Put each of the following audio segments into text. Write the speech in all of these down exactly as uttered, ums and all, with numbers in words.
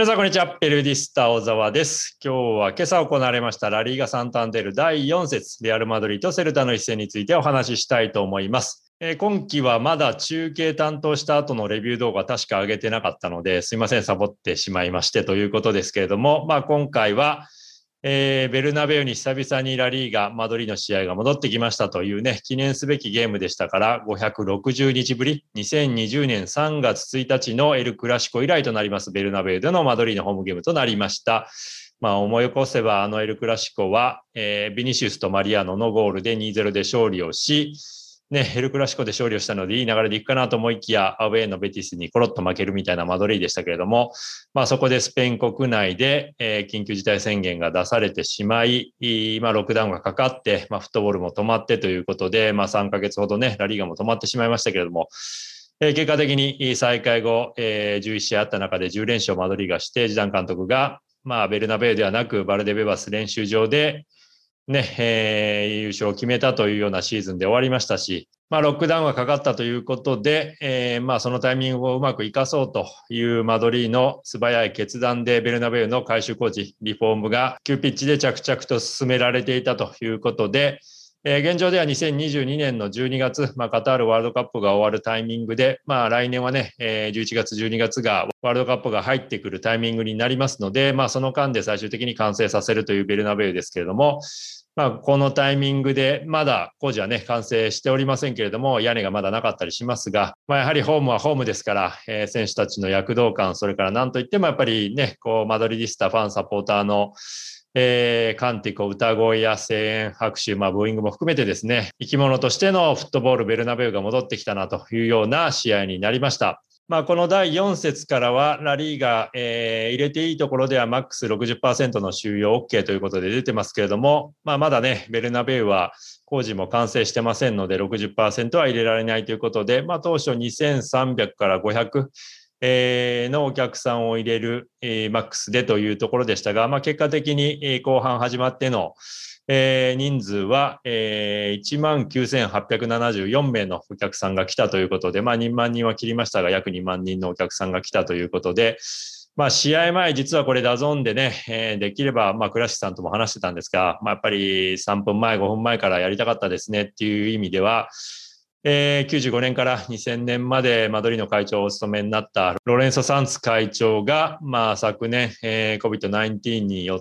皆さんこんにちは。ペルディスタ小沢です。今日は今朝行われましたラリーガサンタンデールだいよん節、レアルマドリーとセルタの一戦についてお話ししたいと思います。えー、今期はまだ中継担当した後のレビュー動画確か上げてなかったので、すいません、サボってしまいましてということですけれども、まあ今回はえー、ベルナベウに久々にラリーガマドリーの試合が戻ってきましたというね、記念すべきゲームでしたから、ごひゃくろくじゅうにちぶり、にせんにじゅうねんさんがつついたちのエルクラシコ以来となりますベルナベウでのマドリーのホームゲームとなりました。まあ思い起こせばあのエルクラシコは、えー、ビニシウスとマリアーノのゴールで にたいゼロ で勝利をし、ね、エルクラシコで勝利をしたのでいい流れでいくかなと思いきや、アウェーのベティスにコロッと負けるみたいなマドリーでしたけれども、まあそこでスペイン国内で、えー、緊急事態宣言が出されてしまい、まあロックダウンがかかって、まあフットボールも止まってということで、まあさんかげつほどね、ラリーガも止まってしまいましたけれども、えー、結果的に再開後、えー、じゅういち試合あった中でじゅうれんしょうマドリーがして、ジダン監督が、まあベルナベウではなくバルデベバス練習場で、ね、えー、優勝を決めたというようなシーズンで終わりましたし、まあ、ロックダウンがかかったということで、えー、まあ、そのタイミングをうまく生かそうというマドリーの素早い決断で、ベルナベウの改修工事、リフォームが急ピッチで着々と進められていたということで、えー、現状ではにせんにじゅうにねんのじゅうにがつ、まあ、カタールワールドカップが終わるタイミングで、まあ、来年はね、えー、じゅういちがつ、じゅうにがつがワールドカップが入ってくるタイミングになりますので、まあ、その間で最終的に完成させるというベルナベウですけれども、まあ、このタイミングで、まだ工事はね、完成しておりませんけれども、屋根がまだなかったりしますが、まあ、やはりホームはホームですから、えー、選手たちの躍動感、それから何といってもやっぱりね、こう、マドリディスタ、ファン、サポーターの、えー、カンティコ、歌声や声援、拍手、まあ、ブーイングも含めてですね、生き物としてのフットボールベルナベウが戻ってきたなというような試合になりました。まあ、このだいよん節からはラリーが、えー、入れていいところではマックス ろくじゅっパーセント の収容 OK ということで出てますけれども、まあ、まだね、ベルナベウは工事も完成してませんので ろくじゅっパーセント は入れられないということで、まあ、当初にせんさんびゃくからごひゃく、えー、のお客さんを入れる、えー、マックスでというところでしたが、まあ、結果的に、えー、後半始まってのえー、人数は、えー、いちまんきゅうせんはっぴゃくななじゅうよんめいのお客さんが来たということで、まあにまんにんは切りましたが、約にまんにんのお客さんが来たということで、まあ試合前、実はこれダゾーンでね、えー、できれば、まあ倉敷さんとも話してたんですが、まあやっぱりさんぷんまえ、ごふんまえからやりたかったですねっていう意味では、えー、きゅうじゅうごねんからにせんねんまでマドリーの会長をお務めになったロレンソ・サンツ会長が、まあ昨年、えー、コビッドナインティーン によって、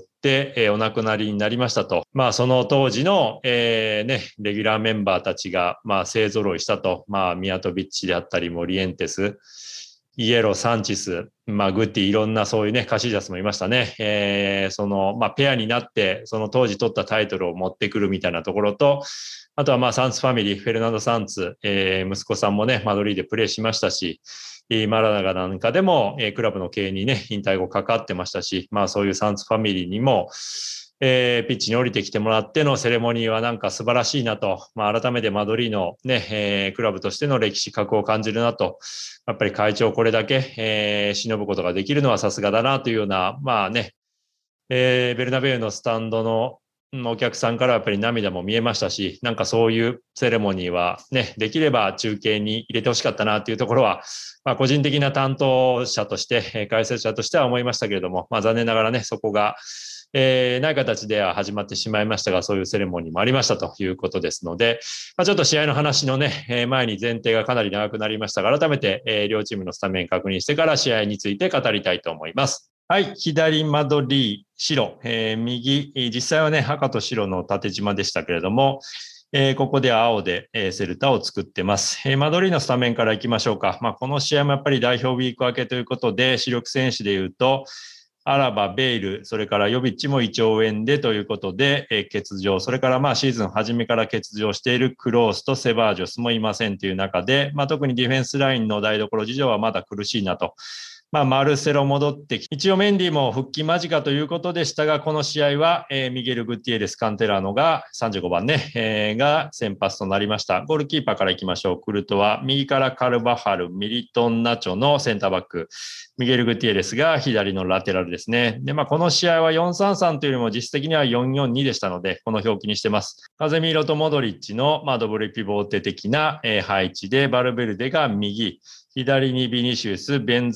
えー、お亡くなりになりましたと。まあその当時の、えー、ね、レギュラーメンバーたちが、まあ勢揃いしたと。まあミアトビッチであったり、モリエンテス、イエロー、サンチス、まあグッティ、いろんなそういうね、カシージャスもいましたね。えー、その、まあペアになって、その当時取ったタイトルを持ってくるみたいなところと、あとはまあサンツファミリー、フェルナンド・サンツ、えー、息子さんもね、マドリーでプレーしましたし、マラナガなんかでも、えー、クラブの経営にね、引退後かかってましたし、まあそういうサンツファミリーにも、えー、ピッチに降りてきてもらってのセレモニーはなんか素晴らしいなと、まあ改めてマドリーのね、えー、クラブとしての歴史格を感じるなと、やっぱり会長これだけ、えー、忍ぶことができるのはさすがだなというような、まあね、えー、ベルナベウのスタンドのお客さんからやっぱり涙も見えましたし、なんかそういうセレモニーはね、できれば中継に入れてほしかったなというところは、まあ個人的な担当者として、解説者としては思いましたけれども、まあ残念ながらね、そこが、えー、ない形では始まってしまいましたが、そういうセレモニーもありましたということですので、まあ、ちょっと試合の話のね、前に前提がかなり長くなりましたが、改めて、えー、両チームのスタメン確認してから試合について語りたいと思います。はい、左マドリー、白、えー、右、実際はね、赤と白の縦縞でしたけれども、えー、ここでは青で、えー、セルタを作ってます。えー、マドリーのスタメンからいきましょうか。まあ、この試合もやっぱり代表ウィーク明けということで、主力選手でいうと、アラバ、ベイル、それからヨビッチも胃腸炎でということで、えー、欠場。それからまあシーズン初めから欠場しているクロースとセバージョスもいませんという中で、まあ、特にディフェンスラインの台所事情はまだ苦しいなと。まあ、マルセロ戻ってきて、一応メンディも復帰間近ということでしたが、この試合は、えー、ミゲル・グッティエレス・カンテラーノがさんじゅうごばんね、えー、が先発となりました。ゴールキーパーからいきましょう。クルトは右からカルバハル、ミリトン・ナチョのセンターバック。ミゲル・グッティエレスが左のラテラルですね。で、まあ、この試合はよんさんさんというよりも実質的にはよんよんにでしたので、この表記にしてます。カゼミーロとモドリッチの、まあ、ドブルピボーテ的な、えー、配置で、バルベルデが右。左にビニシウス、ベンゼマと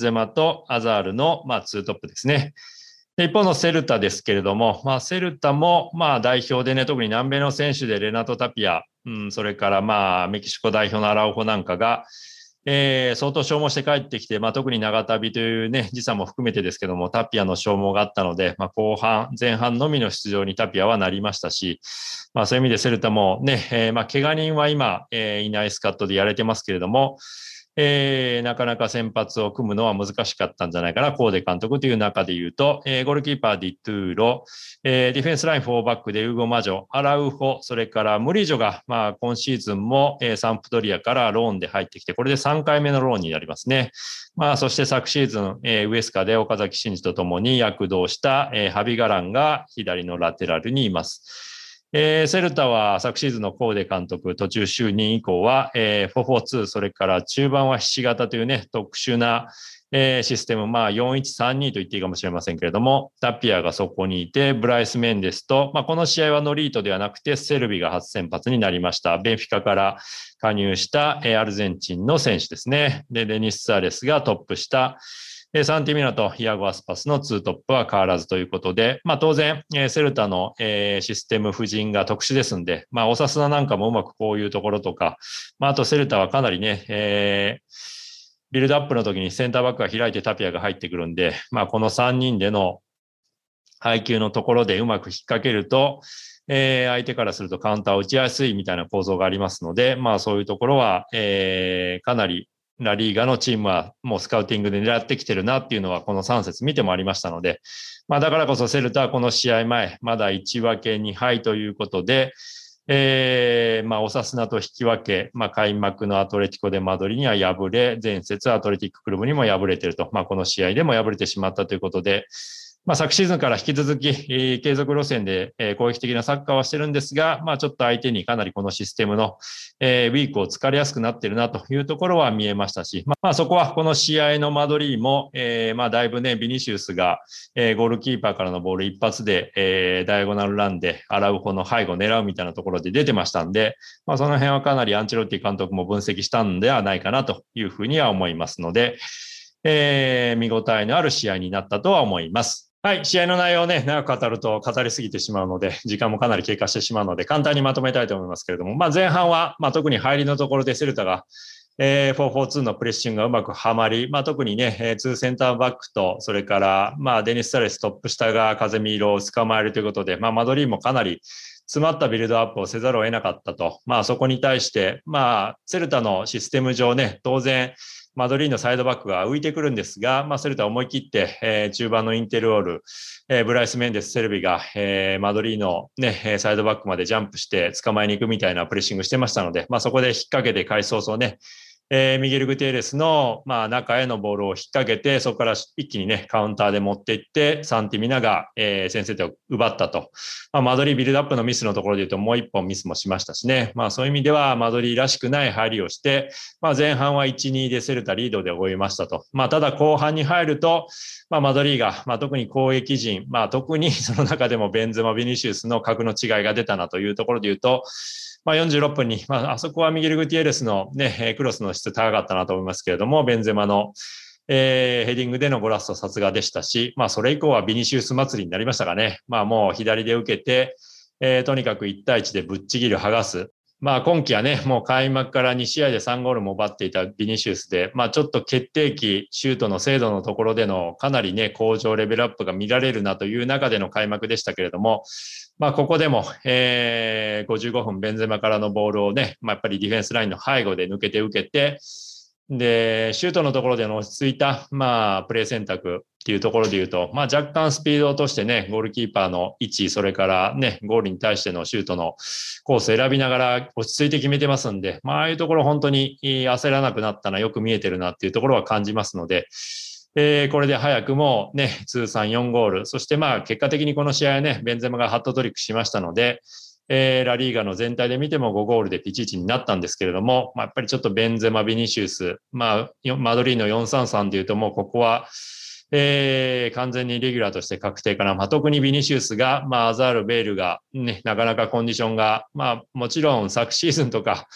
とアザールの、まあ、ツートップですね。で一方のセルタですけれども、まあ、セルタも、まあ、代表でね、特に南米の選手でレナト・タピア、うん、それから、まあ、メキシコ代表のアラウホなんかが、えー、相当消耗して帰ってきて、まあ、特に長旅というね、時差も含めてですけども、タピアの消耗があったので、まあ、後半、前半のみの出場にタピアはなりましたし、まあ、そういう意味でセルタもね、えー、まあ、怪我人は今、えー、いないスカットでやれてますけれども、えー、なかなか先発を組むのは難しかったんじゃないかな、コーデ監督という中で言うと、えー、ゴールキーパーディトゥーロ、えー、ディフェンスラインフォーバックでウーゴ・マジョ、アラウホ、それからムリジョが、まあ、今シーズンも、えー、サンプドリアからローンで入ってきて、これでさんかいめのローンになりますね。まあ、そして昨シーズン、えー、ウエスカで岡崎慎司とともに躍動した、えー、ハビガランが左のラテラルにいます。えー、セルタは昨シーズンのコーデ監督途中就任以降は、えー、フォーフォーツー、それから中盤はひし形というね、特殊な、えー、システム、まあよんいちさんにと言っていいかもしれませんけれども、タピアがそこにいて、ブライス・メンデスと、まあこの試合はノリートではなくて、セルビが初先発になりました。ベンフィカから加入した、えー、アルゼンチンの選手ですね。で、デニス・サーレスがトップした、サンティミナとイアゴ・アスパスのツートップは変わらずということで、まあ当然、セルタのシステム布陣が特殊ですんで、まあオサスナなんかもうまくこういうところとか、まああとセルタはかなりね、えー、ビルドアップの時にセンターバックが開いてタピアが入ってくるんで、まあこのさんにんでの配球のところでうまく引っ掛けると、えー、相手からするとカウンターを打ちやすいみたいな構造がありますので、まあそういうところは、えー、かなりラリーガのチームはもうスカウティングで狙ってきてるなっていうのはこのさん節見てもありましたので、まあだからこそセルタはこの試合前、まだいち分けにはいということで、えー、まあオサスナと引き分け、まあ開幕のアトレティコでマドリには敗れ、前節アトレティッククルブにも敗れていると、まあこの試合でも敗れてしまったということで、まあ、昨シーズンから引き続き、えー、継続路線で、えー、攻撃的なサッカーはしてるんですが、まあ、ちょっと相手にかなりこのシステムの、えー、ウィークを突かれやすくなっているなというところは見えましたし、まあ、そこはこの試合のマドリーも、えー、まあ、だいぶね、ビニシウスが、えー、ゴールキーパーからのボール一発で、えー、ダイアゴナルランでアラウホの背後を狙うみたいなところで出てましたんで、まあ、その辺はかなりアンチェロッティ監督も分析したんではないかなというふうには思いますので、えー、見応えのある試合になったとは思います。はい。試合の内容をね、長く語ると語りすぎてしまうので、時間もかなり経過してしまうので、簡単にまとめたいと思いますけれども、まあ前半は、まあ特に入りのところでセルタが、えー、フォーフォーツーのプレッシングがうまくはまり、まあ特にね、ツーセンターバックと、それから、まあデニス・サレストップ下が風見色を捕まえるということで、まあマドリーもかなり詰まったビルドアップをせざるを得なかったと。まあそこに対して、まあセルタのシステム上ね、当然、マドリーのサイドバックが浮いてくるんですが、まあ、セルタは思い切って、えー、中盤のインテルオール、えー、ブライス・メンデス・セルビが、えー、マドリーのね、サイドバックまでジャンプして捕まえに行くみたいなプレッシングしてましたので、まあ、そこで引っ掛けて開始早々ね、えー、ミゲル・グテーレスの、まあ、中へのボールを引っ掛けて、そこから一気にね、カウンターで持っていって、サンティミナが、えー、先制点を奪ったと。まあ、マドリービルドアップのミスのところで言うと、もう一本ミスもしましたしね。まあ、そういう意味では、マドリーらしくない入りをして、まあ、前半はいち、にでセルタリードで終えましたと。まあ、ただ後半に入ると、まあ、マドリーが、まあ、特に攻撃陣、まあ、特にその中でもベンゼマ・ビニシウスの格の違いが出たなというところで言うと、まあ、よんじゅうろっぷんに、まあ、あそこはミゲル・グティエレスのね、クロスの質高かったなと思いますけれども、ベンゼマの、えー、ヘディングでのゴラストさすがでしたし、まあ、それ以降はビニシウス祭りになりましたかね。まあ、もう左で受けて、えー、とにかくいち対いちでぶっちぎる、剥がす。まあ、今季はね、もう開幕からに試合でさんゴールも奪っていたビニシウスで、まあ、ちょっと決定機、シュートの精度のところでのかなりね、向上レベルアップが見られるなという中での開幕でしたけれども、まあ、ここでも、えー、ごじゅうごふんベンゼマからのボールをね、まあ、やっぱりディフェンスラインの背後で抜けて受けて、で、シュートのところでの落ち着いた、まあ、プレー選択っていうところで言うと、まあ、若干スピードを落としてね、ゴールキーパーの位置、それからね、ゴールに対してのシュートのコースを選びながら落ち着いて決めてますんで、まあ、ああいうところ本当に焦らなくなったのはよく見えてるなっていうところは感じますので、えー、これで早くもね、通算よんゴール、そしてまあ、結果的にこの試合はね、ベンゼマがハットトリックしましたので、えー、ラリーガの全体で見てもごゴールでピチイチになったんですけれども、まあ、やっぱりちょっとベンゼマ、ビニシウス、まあ、マドリーのよんさんさんでいうともうここは、えー、完全にレギュラーとして確定かな。まあ、特にビニシウスが、まあ、アザール、ベールが、ね、なかなかコンディションが、まあ、もちろん昨シーズンとか、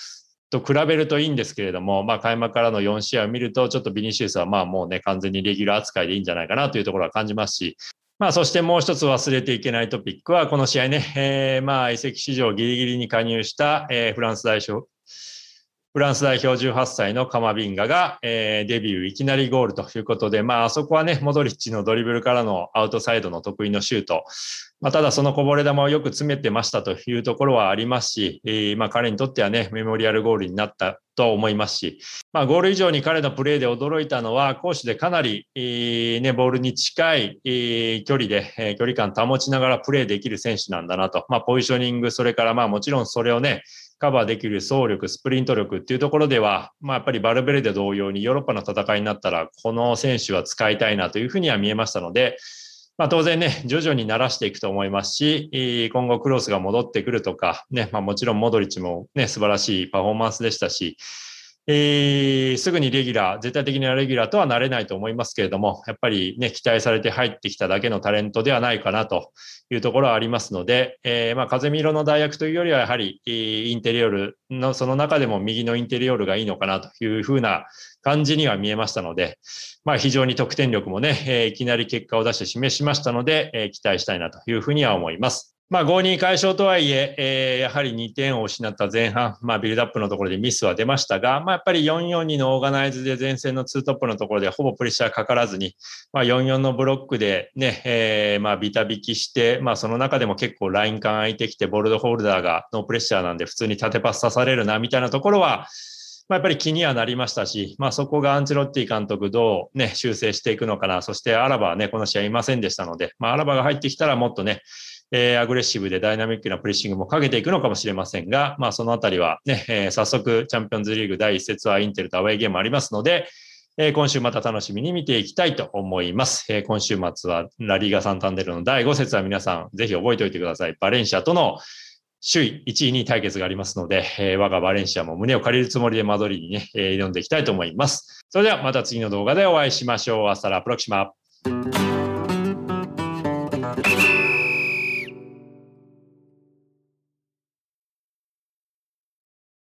と比べるといいんですけれども、まあ、開幕からのよん試合を見ると、ちょっとビニシウスはまあもうね、完全にレギュラー扱いでいいんじゃないかなというところは感じますし、まあ、そしてもう一つ忘れていけないトピックは、この試合ね、えー、まあ、移籍市場ギリギリに加入した、えー、フランス代表、フランス代表じゅうはっさいのカマビンガが、えー、デビューいきなりゴールということで、まあ、あそこはね、モドリッチのドリブルからのアウトサイドの得意のシュート、まあ、ただそのこぼれ球をよく詰めてましたというところはありますし、えー、まあ彼にとってはね、メモリアルゴールになったと思いますし、まあゴール以上に彼のプレーで驚いたのは、攻守でかなり、えー、ね、ボールに近い、えー、距離で、えー、距離感保ちながらプレーできる選手なんだなと。まあポジショニング、それからまあもちろんそれをね、カバーできる走力、スプリント力っていうところでは、まあやっぱりバルベルデ同様にヨーロッパの戦いになったら、この選手は使いたいなというふうには見えましたので、まあ当然ね、徐々に慣らしていくと思いますし、今後クロスが戻ってくるとか、ね、まあもちろんモドリッチもね、素晴らしいパフォーマンスでしたし、えー、すぐにレギュラー、絶対的なレギュラーとはなれないと思いますけれども、やっぱりね、期待されて入ってきただけのタレントではないかなというところはありますので、えー、まあ、風見色の代役というよりは、やはり、インテリオールの、その中でも右のインテリオールがいいのかなというふうな感じには見えましたので、まあ、非常に得点力もね、えー、いきなり結果を出して示しましたので、えー、期待したいなというふうには思います。まあ、ごたいに解消とはいええー、やはりにてんを失った前半、まあ、ビルドアップのところでミスは出ましたが、まあ、やっぱりよんよんにのオーガナイズで前線のツートップのところでほぼプレッシャーかからずに、まあ、よんよんのブロックでね、えー、まあ、ビタ引きして、まあ、その中でも結構ライン間空いてきて、ボールドホルダーがノープレッシャーなんで普通に縦パス刺されるな、みたいなところは、まあ、やっぱり気にはなりましたし、まあ、そこがアンチェロッティ監督どうね、修正していくのかな。そしてアラバはね、この試合いませんでしたので、まあ、アラバが入ってきたらもっとね、えー、アグレッシブでダイナミックなプレッシングもかけていくのかもしれませんが、まあそのあたりはね、えー、早速チャンピオンズリーグだいいち節はインテルとアウェーゲームありますので、えー、今週また楽しみに見ていきたいと思います。えー、今週末はラリーガサンタンデルのだいご節は皆さんぜひ覚えておいてください。バレンシアとの首位いちいに対決がありますので、えー、我がバレンシアも胸を借りるつもりでマドリーにね、えー、挑んでいきたいと思います。それではまた次の動画でお会いしましょう。アスタラプロキシマ。